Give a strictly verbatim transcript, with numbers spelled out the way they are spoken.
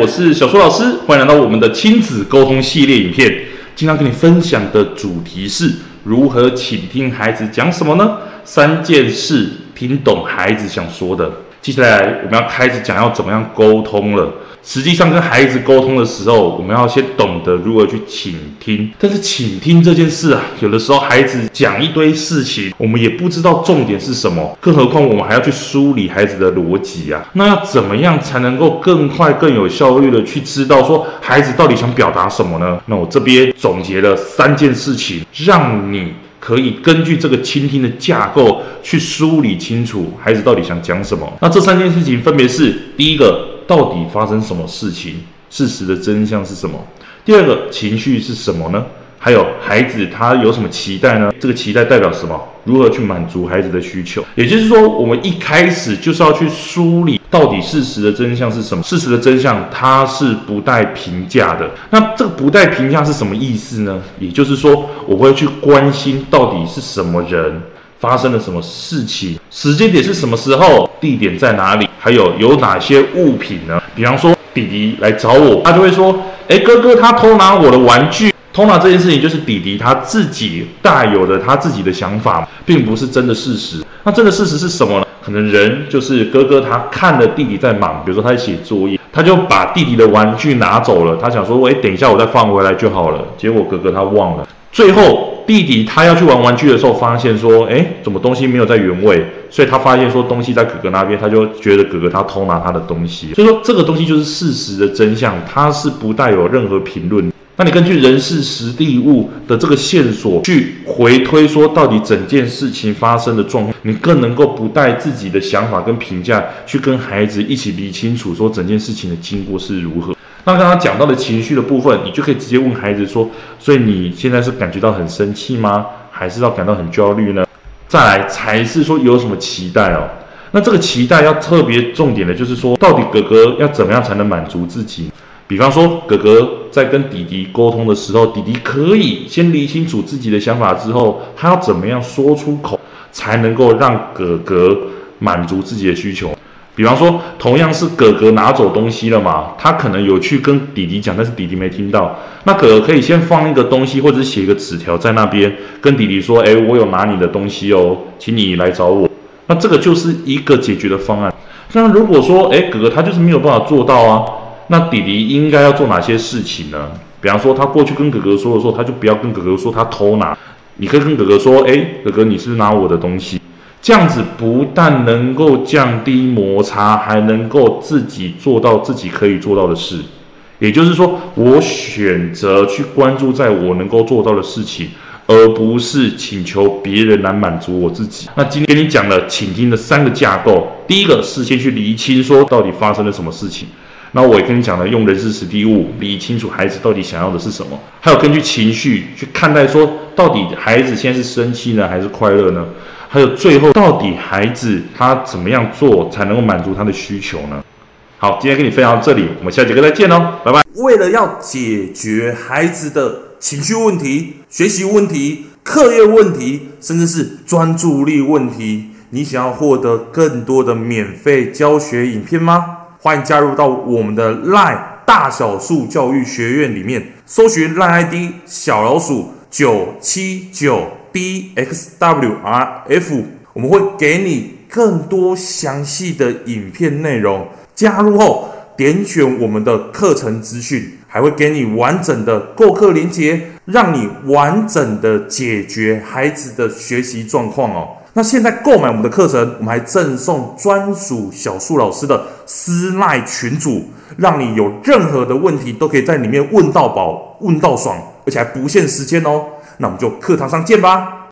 我是小苏老师，欢迎来到我们的亲子沟通系列影片。今天跟你分享的主题是如何倾听孩子讲什么呢？三件事听懂孩子想说的。接下来我们要开始讲要怎么样沟通了。实际上跟孩子沟通的时候，我们要先懂得如何去倾听。但是倾听这件事啊，有的时候孩子讲一堆事情，我们也不知道重点是什么，更何况我们还要去梳理孩子的逻辑啊。那要怎么样才能够更快更有效率的去知道说孩子到底想表达什么呢？那我这边总结了三件事情，让你可以根据这个倾听的架构去梳理清楚孩子到底想讲什么。那这三件事情分别是：第一个，到底发生什么事情？事实的真相是什么？第二个，情绪是什么呢？还有孩子他有什么期待呢？这个期待代表什么？如何去满足孩子的需求？也就是说，我们一开始就是要去梳理到底事实的真相是什么。事实的真相它是不带评价的。那这个不带评价是什么意思呢？也就是说，我会去关心到底是什么人发生了什么事情，时间点是什么时候，地点在哪里，还有有哪些物品呢？比方说弟弟来找我，他就会说，诶，哥哥他偷拿我的玩具。偷拿这件事情就是弟弟他自己带有的他自己的想法，并不是真的事实。那真的事实是什么呢？可能人就是哥哥他看了弟弟在忙，比如说他在写作业，他就把弟弟的玩具拿走了，他想说，诶，等一下我再放回来就好了。结果哥哥他忘了。最后弟弟他要去玩玩具的时候，发现说，诶，怎么东西没有在原位？所以他发现说东西在哥哥那边，他就觉得哥哥他偷拿他的东西。所以说这个东西就是事实的真相，它是不带有任何评论。那你根据人事时地物的这个线索去回推说到底整件事情发生的状况，你更能够不带自己的想法跟评价去跟孩子一起理清楚说整件事情的经过是如何。那刚刚讲到的情绪的部分，你就可以直接问孩子说，所以你现在是感觉到很生气吗？还是要感到很焦虑呢？再来才是说有什么期待哦。那这个期待要特别重点的就是说，到底哥哥要怎么样才能满足自己？比方说哥哥在跟弟弟沟通的时候，弟弟可以先理清楚自己的想法之后，他要怎么样说出口才能够让哥哥满足自己的需求。比方说同样是哥哥拿走东西了嘛，他可能有去跟弟弟讲，但是弟弟没听到，那哥哥可以先放一个东西或者写一个纸条在那边，跟弟弟说，诶，我有拿你的东西哦，请你来找我。那这个就是一个解决的方案。那如果说诶，哥哥他就是没有办法做到啊，那弟弟应该要做哪些事情呢？比方说他过去跟哥哥说的时候，他就不要跟哥哥说他偷拿，你可以跟哥哥说，诶，哥哥你是不是拿我的东西？这样子不但能够降低摩擦，还能够自己做到自己可以做到的事。也就是说，我选择去关注在我能够做到的事情，而不是请求别人来满足我自己。那今天跟你讲了倾听的三个架构，第一个是先去厘清说到底发生了什么事情。那我也跟你讲了，用人事时地物理清楚孩子到底想要的是什么，还有根据情绪去看待说，到底孩子现在是生气呢，还是快乐呢？还有最后，到底孩子他怎么样做才能够满足他的需求呢？好，今天跟你分享到这里，我们下节课再见哦，拜拜。 为了要解决孩子的情绪问题、学习问题、课业问题，甚至是专注力问题，你想要获得更多的免费教学影片吗？欢迎加入到我们的 LINE 大小树教育学院里面，搜寻 LINE I D 小老鼠九七九 D X W R F， 我们会给你更多详细的影片内容。加入后点选我们的课程资讯，还会给你完整的购课连结，让你完整的解决孩子的学习状况哦。那现在购买我们的课程，我们还赠送专属小树老师的私赖群组，让你有任何的问题都可以在里面问到饱、问到爽，而且还不限时间哦。那我们就课堂上见吧。